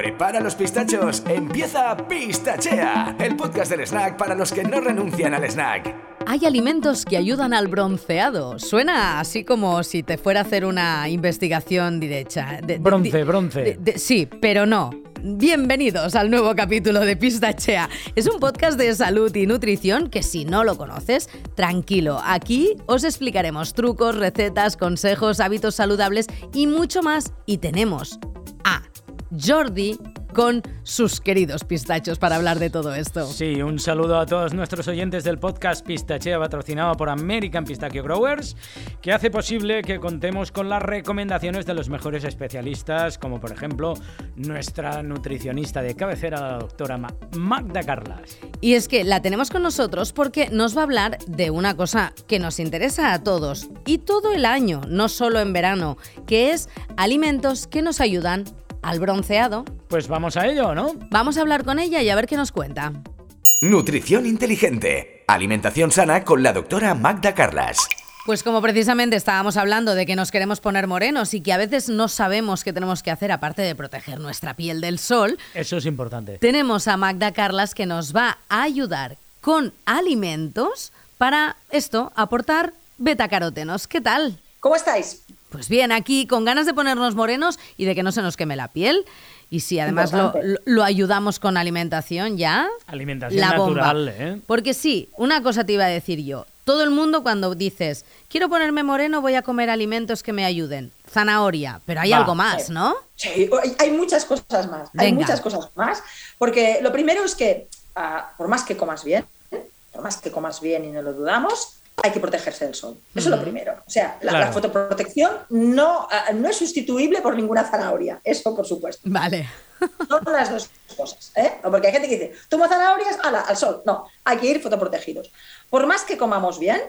Prepara los pistachos, empieza Pistachea, el podcast del snack para los que no renuncian al snack. Hay alimentos que ayudan al bronceado. Suena así como si te fuera a hacer una investigación derecha. Bronce. Sí, pero no. Bienvenidos al nuevo capítulo de Pistachea. Es un podcast de salud y nutrición que si no lo conoces, tranquilo. Aquí os explicaremos trucos, recetas, consejos, hábitos saludables y mucho más. Y tenemos a Jordi con sus queridos pistachos para hablar de todo esto. Sí, un saludo a todos nuestros oyentes del podcast Pistachea, patrocinado por American Pistachio Growers, que hace posible que contemos con las recomendaciones de los mejores especialistas, como por ejemplo nuestra nutricionista de cabecera, la doctora Magda Carlas. Y es que la tenemos con nosotros porque nos va a hablar de una cosa que nos interesa a todos y todo el año, no solo en verano, que es alimentos que nos ayudan al bronceado. Pues vamos a ello, ¿no? Vamos a hablar con ella y a ver qué nos cuenta. Nutrición inteligente. Alimentación sana con la doctora Magda Carlas. Pues como precisamente estábamos hablando de que nos queremos poner morenos y que a veces no sabemos qué tenemos que hacer aparte de proteger nuestra piel del sol. Eso es importante. Tenemos a Magda Carlas que nos va a ayudar con alimentos para aportar betacarotenos. ¿Qué tal? ¿Cómo estáis? Pues bien, aquí con ganas de ponernos morenos y de que no se nos queme la piel. Y si además lo ayudamos con alimentación ya, alimentación la bomba. Natural, ¿eh? Porque sí, una cosa te iba a decir yo. Todo el mundo cuando dices, quiero ponerme moreno, voy a comer alimentos que me ayuden. Zanahoria, pero hay algo más, ¿no? Sí, hay muchas cosas más. Venga. Hay muchas cosas más. Porque lo primero es que, por más que comas bien y no lo dudamos, hay que protegerse del sol. Eso es lo primero. O sea, la fotoprotección no es sustituible por ninguna zanahoria. Eso, por supuesto. Vale. Son las dos cosas, ¿eh? Porque hay gente que dice, tomo zanahorias, al sol. No, hay que ir fotoprotegidos. Por más que comamos bien,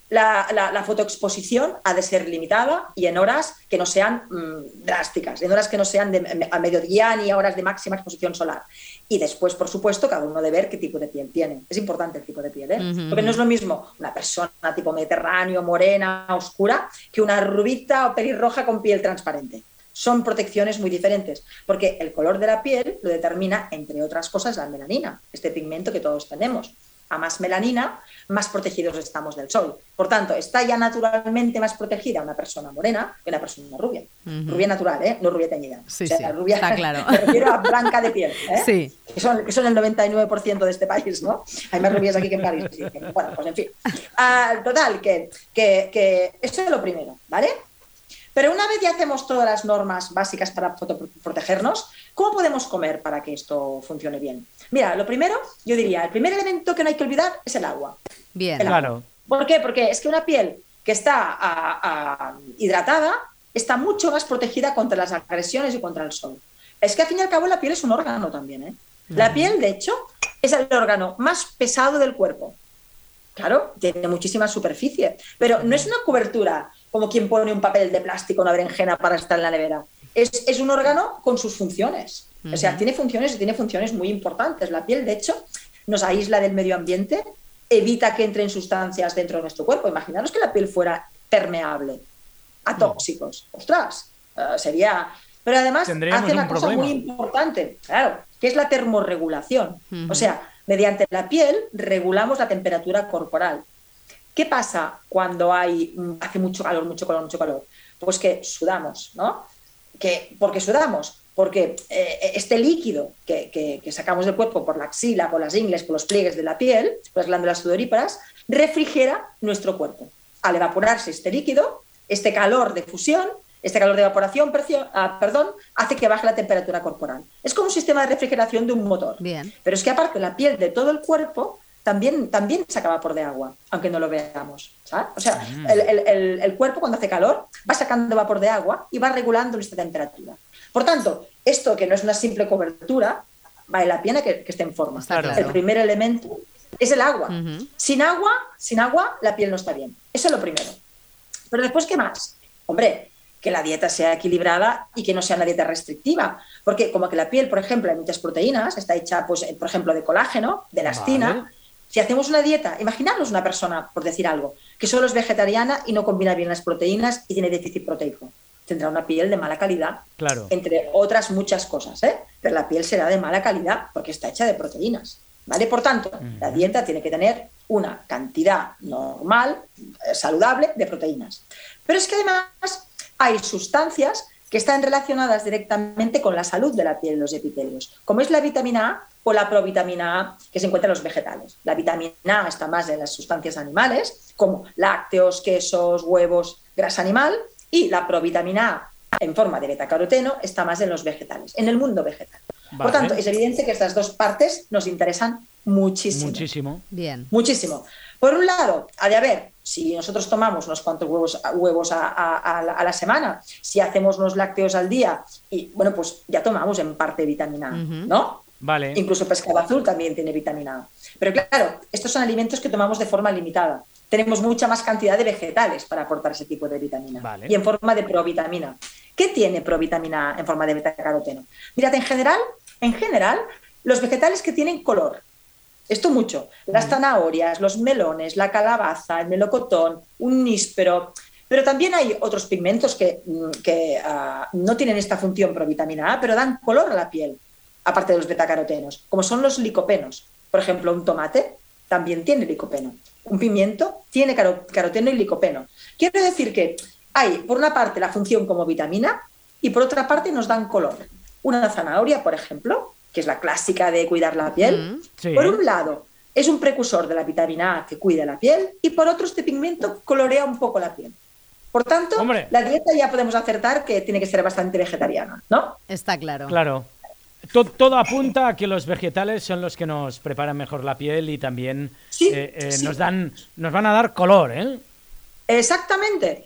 la fotoexposición ha de ser limitada y en horas que no sean drásticas, en horas que no sean a mediodía ni a horas de máxima exposición solar. Y después, por supuesto, cada uno debe ver qué tipo de piel tiene. Es importante el tipo de piel, ¿eh? Porque no es lo mismo una persona tipo mediterráneo, morena, oscura, que una rubita o pelirroja con piel transparente. Son protecciones muy diferentes, porque el color de la piel lo determina, entre otras cosas, la melanina, este pigmento que todos tenemos. A más melanina, más protegidos estamos del sol. Por tanto, está ya naturalmente más protegida una persona morena que una persona rubia. Rubia natural, ¿eh? No rubia teñida. Sí, o sea, sí, rubia, está claro. Me refiero a blanca de piel, ¿eh? Sí. Que son el 99% de este país, ¿no? Hay más rubias aquí que en París. Sí. Bueno, pues en fin. Total, que eso es lo primero, ¿vale? Pero una vez ya hacemos todas las normas básicas para protegernos, ¿cómo podemos comer para que esto funcione bien? Mira, lo primero, yo diría, el primer elemento que no hay que olvidar es el agua. Bien. Claro. ¿Por qué? Porque es que una piel que está hidratada está mucho más protegida contra las agresiones y contra el sol. Es que al fin y al cabo la piel es un órgano también, ¿eh? La piel, de hecho, es el órgano más pesado del cuerpo. Claro, tiene muchísima superficie, pero no es una cobertura como quien pone un papel de plástico, una berenjena para estar en la nevera. Es un órgano con sus funciones. O sea, tiene funciones muy importantes. La piel, de hecho, nos aísla del medio ambiente, evita que entren sustancias dentro de nuestro cuerpo. Imaginaros que la piel fuera permeable a tóxicos. ¡Ostras! Sería... Pero además hace una cosa muy importante, claro, que es la termorregulación. O sea, mediante la piel regulamos la temperatura corporal. ¿Qué pasa cuando hace mucho calor? Pues que sudamos, ¿no? ¿Por qué sudamos? Porque este líquido que sacamos del cuerpo por la axila, por las ingles, por los pliegues de la piel, por las glándulas sudoríparas, refrigera nuestro cuerpo. Al evaporarse este líquido, este calor de fusión, este calor de evaporación, hace que baje la temperatura corporal. Es como un sistema de refrigeración de un motor. Bien. Pero es que aparte la piel de todo el cuerpo también se acaba por de agua, aunque no lo veamos, ¿sabes? O sea, el cuerpo cuando hace calor va sacando vapor de agua y va regulando nuestra temperatura. Por tanto, esto que no es una simple cobertura, vale la pena que esté en forma. Claro. El primer elemento es el agua. Sin agua, la piel no está bien. Eso es lo primero. Pero después, ¿qué más? Hombre, que la dieta sea equilibrada y que no sea una dieta restrictiva. Porque como que la piel, por ejemplo, hay muchas proteínas, está hecha, pues, por ejemplo, de colágeno, de elastina. Vale. Si hacemos una dieta, imaginaros una persona, por decir algo, que solo es vegetariana y no combina bien las proteínas y tiene déficit proteico. tendrá una piel de mala calidad, Claro. entre otras muchas cosas, ¿eh? Pero la piel será de mala calidad porque está hecha de proteínas, ¿vale? Por tanto, la dieta tiene que tener una cantidad normal, saludable, de proteínas. Pero es que además hay sustancias que están relacionadas directamente con la salud de la piel y los epitelios, como es la vitamina A o la provitamina A que se encuentra en los vegetales. La vitamina A está más en las sustancias animales, como lácteos, quesos, huevos, grasa animal, y la provitamina A en forma de betacaroteno está más en los vegetales, en el mundo vegetal. Vale. Por tanto, es evidente que estas dos partes nos interesan muchísimo. Muchísimo. Bien. Muchísimo. Por un lado, ha de haber, si nosotros tomamos unos cuantos huevos a la semana, si hacemos unos lácteos al día, y bueno, pues ya tomamos en parte vitamina A, ¿no? Vale. Incluso pescado azul también tiene vitamina A. Pero claro, estos son alimentos que tomamos de forma limitada. Tenemos mucha más cantidad de vegetales para aportar ese tipo de vitamina. Vale. Y en forma de provitamina. ¿Qué tiene provitamina A en forma de betacaroteno? Mirad, en general, los vegetales que tienen color, esto mucho, las zanahorias, los melones, la calabaza, el melocotón, un níspero, pero también hay otros pigmentos que no tienen esta función provitamina A, pero dan color a la piel, aparte de los betacarotenos, como son los licopenos. Por ejemplo, un tomate también tiene licopeno. Un pimiento tiene caroteno y licopeno. Quiero decir que hay, por una parte, la función como vitamina y por otra parte nos dan color. Una zanahoria, por ejemplo, que es la clásica de cuidar la piel, Sí. por un lado es un precursor de la vitamina A que cuida la piel y por otro este pigmento colorea un poco la piel. Por tanto, Hombre. la dieta ya podemos acertar que tiene que ser bastante vegetariana, ¿no? Está claro. Claro. Todo apunta a que los vegetales son los que nos preparan mejor la piel y también Sí, sí. nos van a dar color, ¿eh? Exactamente.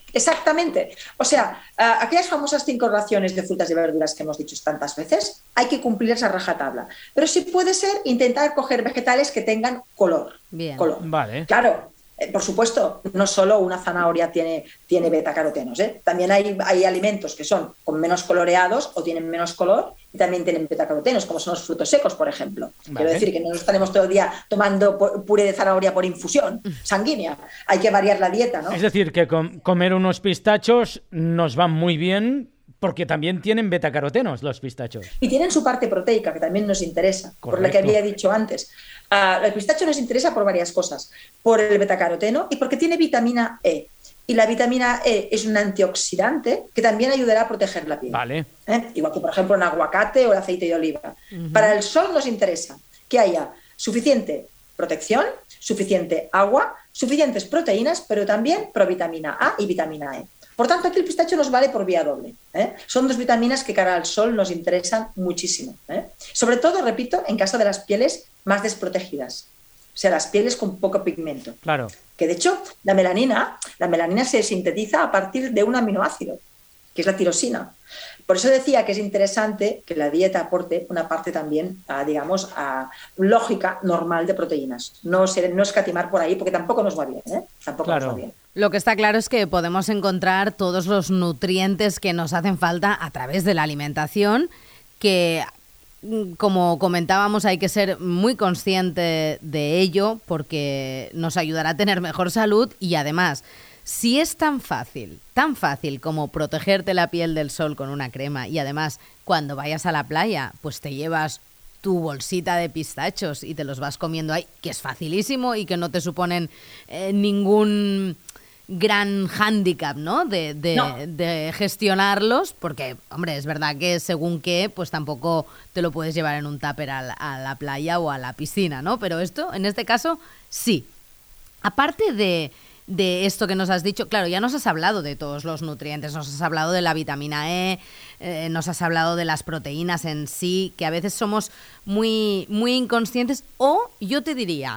O sea, aquellas famosas 5 raciones de frutas y verduras que hemos dicho tantas veces, hay que cumplirlas a rajatabla. Pero si puede ser, intentar coger vegetales que tengan color. Bien. Color. Vale. Claro, por supuesto, no solo una zanahoria tiene betacarotenos, ¿eh? También hay alimentos que son con menos coloreados o tienen menos color y también tienen betacarotenos, como son los frutos secos, por ejemplo. Vale. Quiero decir que no nos estaremos todo el día tomando puré de zanahoria por infusión sanguínea. Hay que variar la dieta, ¿no? Es decir, que comer unos pistachos nos va muy bien porque también tienen betacarotenos los pistachos. Y tienen su parte proteica, que también nos interesa, por la que Correcto. había dicho antes. El pistacho nos interesa por varias cosas. Por el betacaroteno y porque tiene vitamina E. Y la vitamina E es un antioxidante que también ayudará a proteger la piel. Vale. Igual que, por ejemplo, en aguacate o el aceite de oliva. Para el sol nos interesa que haya suficiente protección, suficiente agua, suficientes proteínas, pero también provitamina A y vitamina E. Por tanto, aquí el pistacho nos vale por vía doble. Son dos vitaminas que cara al sol nos interesan muchísimo. Sobre todo, repito, en caso de las pieles más desprotegidas. O sea, las pieles con poco pigmento. Claro. Que de hecho, la melanina se sintetiza a partir de un aminoácido, que es la tirosina. Por eso decía que es interesante que la dieta aporte una parte también, digamos, lógica, normal de proteínas. No escatimar por ahí, porque tampoco nos va bien, Tampoco Claro. nos va bien. Lo que está claro es que podemos encontrar todos los nutrientes que nos hacen falta a través de la alimentación, que, como comentábamos, hay que ser muy consciente de ello porque nos ayudará a tener mejor salud y además, si es tan fácil como protegerte la piel del sol con una crema y además cuando vayas a la playa, pues te llevas tu bolsita de pistachos y te los vas comiendo ahí, que es facilísimo y que no te suponen ningún gran hándicap, ¿no? De gestionarlos, porque, hombre, es verdad que según qué, pues tampoco te lo puedes llevar en un tupper a la playa o a la piscina, ¿no? Pero esto, en este caso, sí. Aparte de esto que nos has dicho, claro, ya nos has hablado de todos los nutrientes, nos has hablado de la vitamina E, nos has hablado de las proteínas en sí, que a veces somos muy, muy inconscientes, o yo te diría,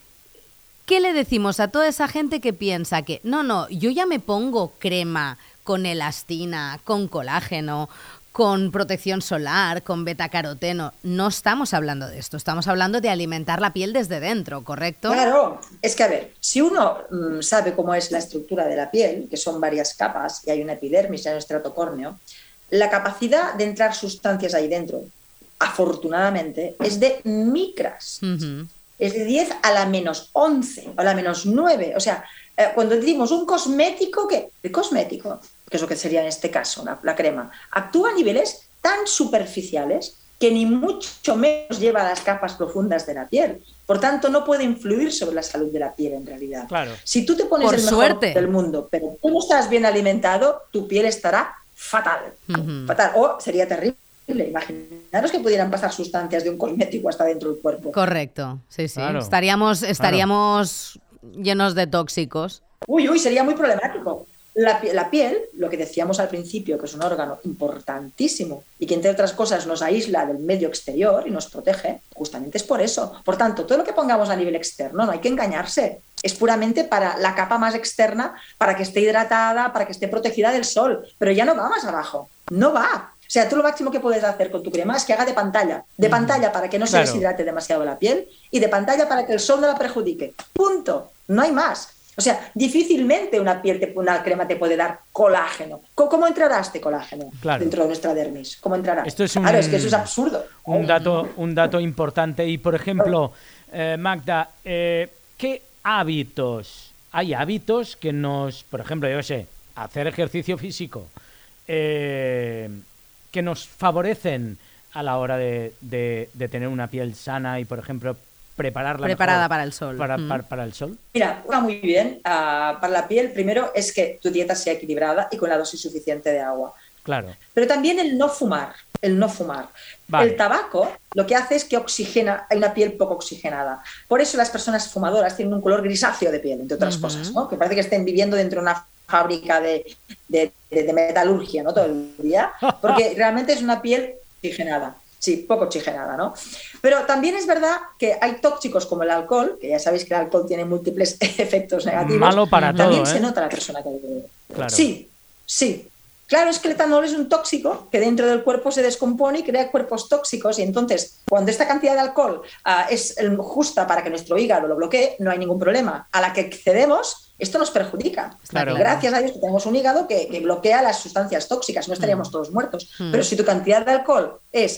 ¿qué le decimos a toda esa gente que piensa que no, yo ya me pongo crema con elastina, con colágeno, con protección solar, con betacaroteno? No estamos hablando de esto, estamos hablando de alimentar la piel desde dentro, ¿correcto? Claro, es que a ver, si uno sabe cómo es la estructura de la piel, que son varias capas y hay una epidermis y hay un estrato córneo, la capacidad de entrar sustancias ahí dentro, afortunadamente, es de micras. Uh-huh. Es de 10 a la menos 11 o a la menos 9. O sea, cuando decimos un cosmético, ¿qué? ¿De cosmético? que es lo que sería en este caso la crema, actúa a niveles tan superficiales que ni mucho menos lleva a las capas profundas de la piel. Por tanto, no puede influir sobre la salud de la piel en realidad. Claro. Si tú te pones Por el mejor suerte. del mundo, pero tú no estás bien alimentado, tu piel estará fatal. Fatal. O sería terrible. Imaginaros que pudieran pasar sustancias de un cosmético hasta dentro del cuerpo. Correcto, sí. Claro. Estaríamos llenos de tóxicos. Uy, sería muy problemático. La piel, lo que decíamos al principio, que es un órgano importantísimo y que entre otras cosas nos aísla del medio exterior y nos protege, justamente es por eso. Por tanto, todo lo que pongamos a nivel externo no hay que engañarse. Es puramente para la capa más externa, para que esté hidratada, para que esté protegida del sol, pero ya no va más abajo, no va. O sea, tú lo máximo que puedes hacer con tu crema es que haga de pantalla para que no se deshidrate demasiado la piel y de pantalla para que el sol no la perjudique. Punto, no hay más. O sea, difícilmente una crema te puede dar colágeno. ¿Cómo entrará este colágeno dentro de nuestra dermis? ¿Cómo entrará? Esto es claro, es que eso es absurdo. Un dato importante. Y, por ejemplo, Magda, ¿qué hábitos? Hay hábitos que nos, por ejemplo, yo sé, hacer ejercicio físico, que nos favorecen a la hora de tener una piel sana y, por ejemplo, preparada para el sol. Para el sol. Mira, va muy bien para la piel. Primero es que tu dieta sea equilibrada y con la dosis suficiente de agua. Claro. Pero también el no fumar. Vale. El tabaco lo que hace es que oxigena, hay una piel poco oxigenada. Por eso las personas fumadoras tienen un color grisáceo de piel, entre otras cosas, ¿no? Que parece que estén viviendo dentro de una fábrica de metalurgia, ¿no? Todo el día, porque realmente es una piel oxigenada. Sí, poco oxigenada, ¿no? Pero también es verdad que hay tóxicos como el alcohol, que ya sabéis que el alcohol tiene múltiples efectos negativos. Malo para también todo, se nota la persona que bebe. Claro. Sí. Claro, es que el etanol es un tóxico que dentro del cuerpo se descompone y crea cuerpos tóxicos. Y entonces, cuando esta cantidad de alcohol es justa para que nuestro hígado lo bloquee, no hay ningún problema. A la que excedemos, esto nos perjudica. Claro. Gracias a Dios que tenemos un hígado que bloquea las sustancias tóxicas, no estaríamos todos muertos. Pero si tu cantidad de alcohol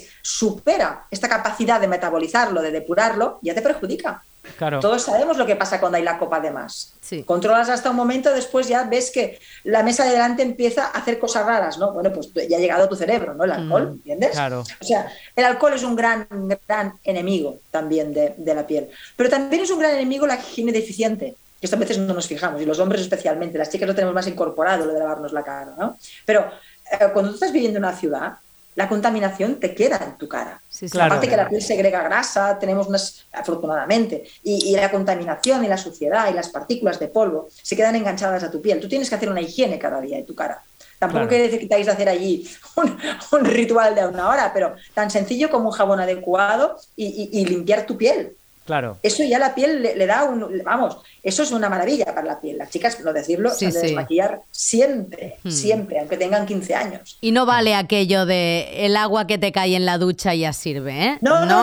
supera esta capacidad de metabolizarlo, de depurarlo, ya te perjudica. Claro. Todos sabemos lo que pasa cuando hay la copa de más. Sí. Controlas hasta un momento, después ya ves que la mesa de delante empieza a hacer cosas raras, ¿no? Bueno, pues ya ha llegado a tu cerebro, ¿no? El alcohol, ¿entiendes? Claro. O sea, el alcohol es un gran enemigo también de la piel. Pero también es un gran enemigo la higiene deficiente, que estas veces no nos fijamos, y los hombres especialmente. Las chicas lo tenemos más incorporado, lo de lavarnos la cara, ¿no? Pero cuando tú estás viviendo en una ciudad, la contaminación te queda en tu cara. Sí, claro. Aparte que la piel segrega grasa, tenemos afortunadamente, y la contaminación y la suciedad y las partículas de polvo se quedan enganchadas a tu piel. Tú tienes que hacer una higiene cada día de tu cara. Tampoco necesitáis hacer allí un ritual de 1 hora, pero tan sencillo como un jabón adecuado y limpiar tu piel. Claro. Eso ya la piel le da eso es una maravilla para la piel. Las chicas, no decirlo, se han de desmaquillar siempre, aunque tengan 15 años. Y no vale aquello de el agua que te cae en la ducha ya sirve, ¿eh?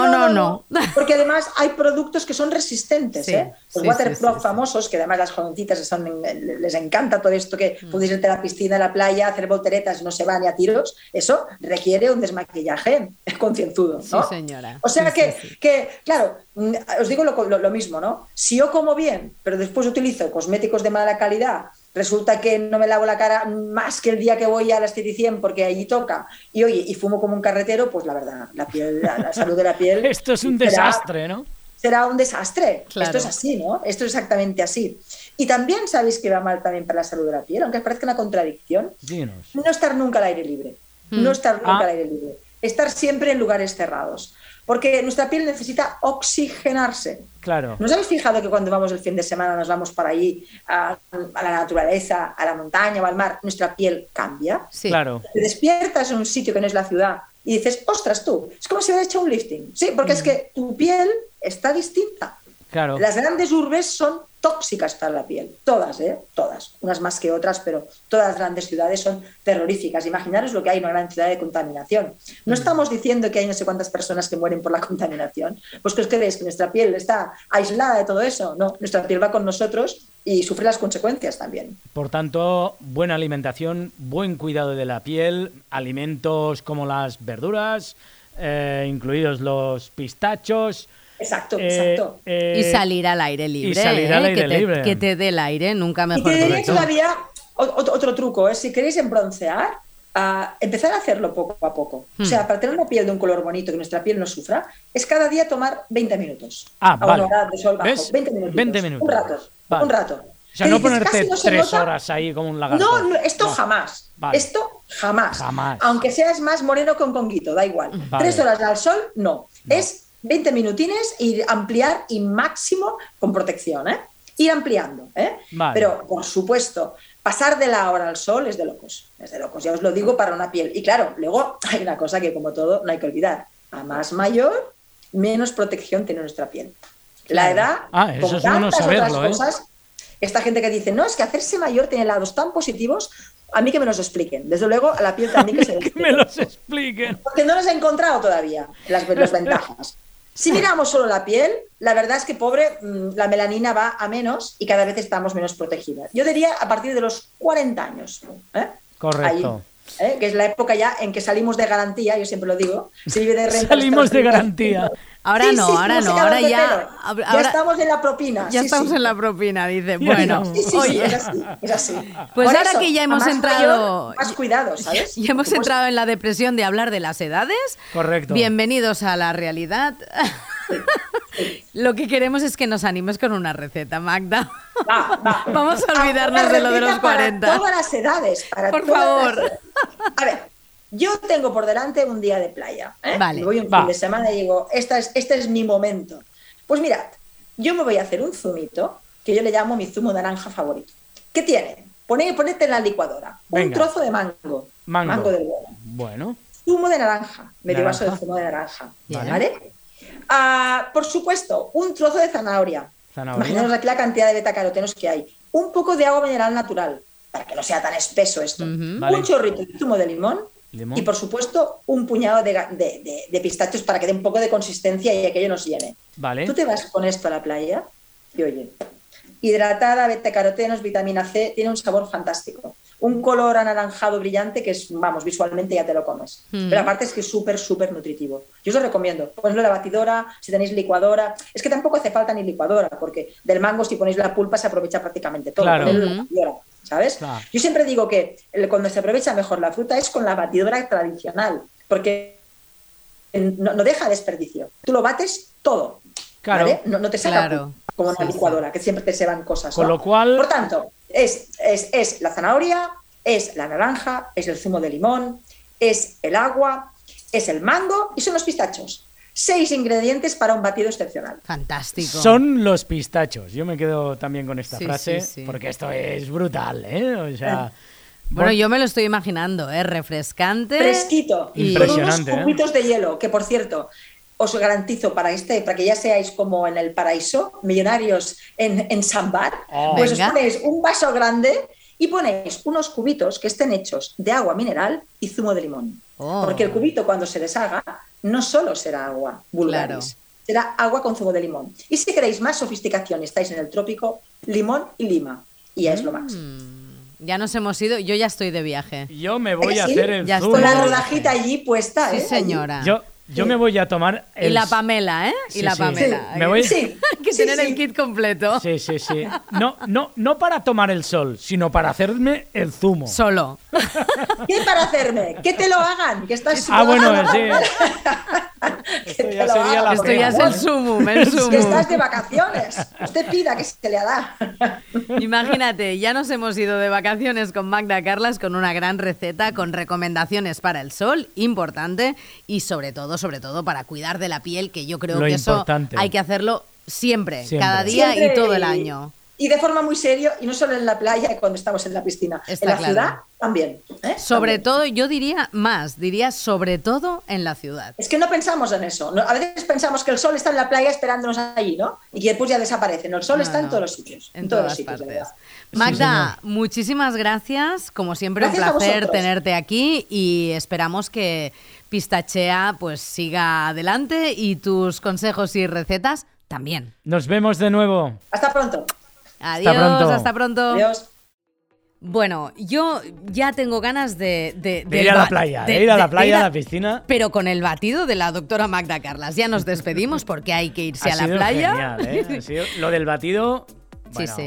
No. Porque además hay productos que son resistentes, Sí, ¿eh? Los waterproof famosos, que además las jovencitas les encanta todo esto que podéis irte a la piscina, a la playa, hacer volteretas, no se van ni a tiros. Eso requiere un desmaquillaje concienzudo, ¿no? Sí, señora. O sea Sí. que, claro, os digo lo mismo, ¿no? Si yo como bien, pero después utilizo cosméticos de mala calidad, resulta que no me lavo la cara más que el día que voy a la esteticien porque allí toca, y fumo como un carretero, pues la verdad, la salud de la piel... Esto es un desastre, ¿no? Será un desastre. Claro. Esto es así, ¿no? Esto es exactamente así. Y también sabéis que va mal también para la salud de la piel, aunque parezca una contradicción. Dinos. No estar nunca al aire libre. No estar nunca al aire libre. Estar siempre en lugares cerrados. Porque nuestra piel necesita oxigenarse. Claro. ¿No os habéis fijado que cuando vamos el fin de semana nos vamos para allí a la naturaleza, a la montaña o al mar, nuestra piel cambia? Sí. Claro. Te despiertas en un sitio que no es la ciudad y dices, ostras tú, es como si hubiera hecho un lifting. Sí, porque es que tu piel está distinta. Claro. Las grandes urbes son tóxicas para la piel, todas, todas, unas más que otras, pero todas las grandes ciudades son terroríficas. Imaginaros lo que hay en una gran ciudad de contaminación. No estamos diciendo que hay no sé cuántas personas que mueren por la contaminación. Pues ¿qué os creéis? ¿Que nuestra piel está aislada de todo eso? No, nuestra piel va con nosotros y sufre las consecuencias también. Por tanto, buena alimentación, buen cuidado de la piel, alimentos como las verduras, incluidos los pistachos. Exacto. Y salir al aire libre. Y salir al aire libre. Que te dé el aire, nunca mejor Y te diré dicho. todavía otro truco es, si queréis broncear, empezar a hacerlo poco a poco. O sea, para tener una piel de un color bonito, que nuestra piel no sufra, es cada día tomar 20 minutos. Vale. Una hora de sol bajo. ¿Ves? 20 minutos. 20 minutos. Un rato. O sea, no dices, ponerte casi no se 3 nota. horas ahí como un lagarto. No, esto jamás. Vale. Esto jamás. Jamás. Aunque seas más moreno que un conguito, da igual. Vale. 3 horas al sol, no. Es 20 minutines y ampliar y máximo con protección, ¿eh? Ir ampliando, ¿eh? Vale. Pero, por supuesto, pasar de la hora al sol es de locos. Es de locos, ya os lo digo, para una piel. Y claro, luego hay una cosa que, como todo, no hay que olvidar. A más mayor, menos protección tiene nuestra piel. La edad, eso con es bueno tantas saberlo, otras cosas, esta gente que dice, no, es que hacerse mayor tiene lados tan positivos, a mí que me los expliquen. Desde luego, a la piel también que se Que me los expliquen. Porque no los he encontrado todavía, las ventajas. Si miramos solo la piel, la verdad es que, pobre, la melanina va a menos y cada vez estamos menos protegidas. Yo diría a partir de los 40 años. Correcto. Ahí, que es la época ya en que salimos de garantía, yo siempre lo digo. Se vive de renta. Salimos de garantía. Ahora Sí, no, sí, ahora como no, se ahora quedan de ya. pelo. Ahora Ya estamos en la propina. ya sí, estamos sí. en la propina, dice. Ya Bueno, no. Sí, oye, es así. Pues Por ahora eso, que ya a hemos más entrado- mayor, más cuidado, ¿sabes? ya hemos Pues- entrado en la depresión de hablar de las edades. Correcto. Bienvenidos a la realidad. Lo que queremos es que nos animes con una receta, Magda. Va. Vamos a olvidarnos Una de lo de los receta para 40. todas las edades. Por todas las favor. edades. A ver, yo tengo por delante un día de playa. Vale. Me voy un Va. fin de semana y digo, este es mi momento. Pues mirad, yo me voy a hacer un zumito que yo le llamo mi zumo de naranja favorito. ¿Qué tiene? Ponete en la licuadora Venga. un trozo de mango. Mango. Del bueno. Bueno. Zumo de naranja. Medio vaso de Naranja. zumo de naranja. Vale. ¿Vale? Por supuesto, un trozo de zanahoria. Zanahoria. Imaginaos aquí la cantidad de betacarotenos que hay. Un poco de agua mineral natural, para que no sea tan espeso esto. Ujú. Vale. Un chorrito de zumo de limón. Limón. Y, por supuesto, un puñado de pistachos para que dé un poco de consistencia y aquello nos llene. Vale. Tú te vas con esto a la playa y, oye, hidratada, betacarotenos, vitamina C, tiene un sabor fantástico. Un color anaranjado brillante que es, vamos, visualmente ya te lo comes. Pero aparte es que es súper, súper nutritivo. Yo os lo recomiendo. Ponedlo en la batidora, si tenéis licuadora. Es que tampoco hace falta ni licuadora, porque del mango, si ponéis la pulpa, se aprovecha prácticamente todo. Claro. Ponedlo en la batidora, ¿sabes? Claro. Yo siempre digo que cuando se aprovecha mejor la fruta es con la batidora tradicional, porque no deja desperdicio. Tú lo bates todo. Claro. ¿Vale? No te saca Claro. como una licuadora, que siempre te se van cosas. Con ¿no? lo cual- Por tanto, es la zanahoria, es la naranja, es el zumo de limón, es el agua, es el mango y son los pistachos. 6 ingredientes para un batido excepcional. Fantástico. Son los pistachos. Yo me quedo también con esta Sí, frase, sí, sí. porque esto es brutal, ¿eh? O sea, Bueno, yo me lo estoy imaginando, ¿eh? Refrescante. Fresquito. Y- Con unos Impresionante, ¿eh? cubitos de hielo, que por cierto, os garantizo para que ya seáis como en el paraíso, millonarios en Sambar, Oh. pues Venga. os ponéis un vaso grande y ponéis unos cubitos que estén hechos de agua mineral y zumo de limón. Oh. Porque el cubito, cuando se deshaga, no solo será agua vulgaris, será agua con zumo de limón. Y si queréis más sofisticación y estáis en el trópico, limón y lima. Y ya es lo máximo. Ya nos hemos ido, yo ya estoy de viaje. yo me voy a Sí, hacer el ya zumo. Con la estoy- rodajita allí puesta, Sí, ¿eh? señora. Yo me voy a tomar Y el... la Pamela, ¿eh? Sí, y la sí. Pamela. Me voy- Sí, Hay que sí, tener sí. el kit completo. Sí, sí, sí. No para tomar el sol, sino para hacerme el zumo. Solo. ¿Qué para hacerme? Que te lo hagan, que estás Bueno, sí. Que Esto te ya lo sería hagan, la por Esto ya es prueba. el sumum, el Que sumum. estás de vacaciones. Usted pida que se le da. Imagínate, ya nos hemos ido de vacaciones con Magda Carlas con una gran receta, con recomendaciones para el sol, importante, y sobre todo para cuidar de la piel, que yo creo Lo que eso importante. hay que hacerlo siempre, Siempre. cada día Siempre y todo el año. Y de forma muy seria, y no solo en la playa cuando estamos en la piscina, Está en la claro. ciudad también. Sobre También. todo, yo diría sobre todo en la ciudad. Es que no pensamos en eso. A veces pensamos que el sol está en la playa esperándonos allí, ¿no? Y que después ya desaparece. No, el sol No, está en no. todos los sitios. En todos todas los sitios, de partes. verdad. Magda, muchísimas gracias. Como siempre, Gracias a un placer vosotros. tenerte aquí y esperamos que Pistachea pues siga adelante y tus consejos y recetas también. Nos vemos de nuevo. Hasta pronto. Adiós, pronto. hasta pronto. Adiós. Bueno, yo ya tengo ganas de De ir a la playa, de ir a la playa, a la piscina. Pero con el batido de la doctora Magda Carlas. Ya nos despedimos porque hay que irse Ha a la sido playa. genial, ¿eh? Ha sido- lo del batido... Sí, bueno, sí.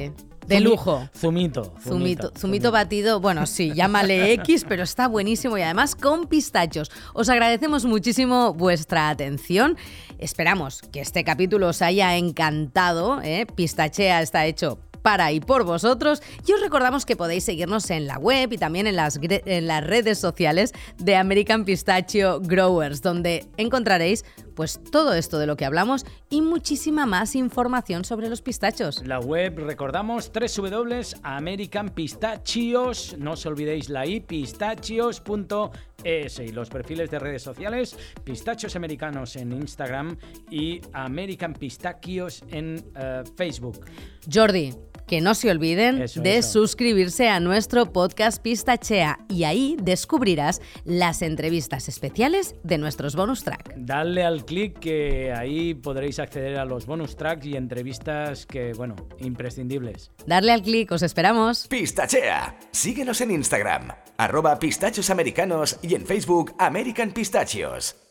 De lujo. Zumito batido, bueno, sí, llámale X, pero está buenísimo y además con pistachos. Os agradecemos muchísimo vuestra atención. Esperamos que este capítulo os haya encantado. Pistachea está hecho para y por vosotros, y os recordamos que podéis seguirnos en la web y también en las redes sociales de American Pistachio Growers, donde encontraréis pues todo esto de lo que hablamos y muchísima más información sobre los pistachos. La web, recordamos, www.americanpistachios, no os olvidéis la i, pistachios.es, y los perfiles de redes sociales, Pistachos Americanos en Instagram y American Pistachios en Facebook. Jordi, que no se olviden de suscribirse a nuestro podcast Pistachea, y ahí descubrirás las entrevistas especiales de nuestros bonus track. Dale al clic, que ahí podréis acceder a los bonus tracks y entrevistas que, bueno, imprescindibles. Darle al clic, os esperamos. Pistachea. Síguenos en Instagram, @pistachosamericanos, y en Facebook American Pistachios.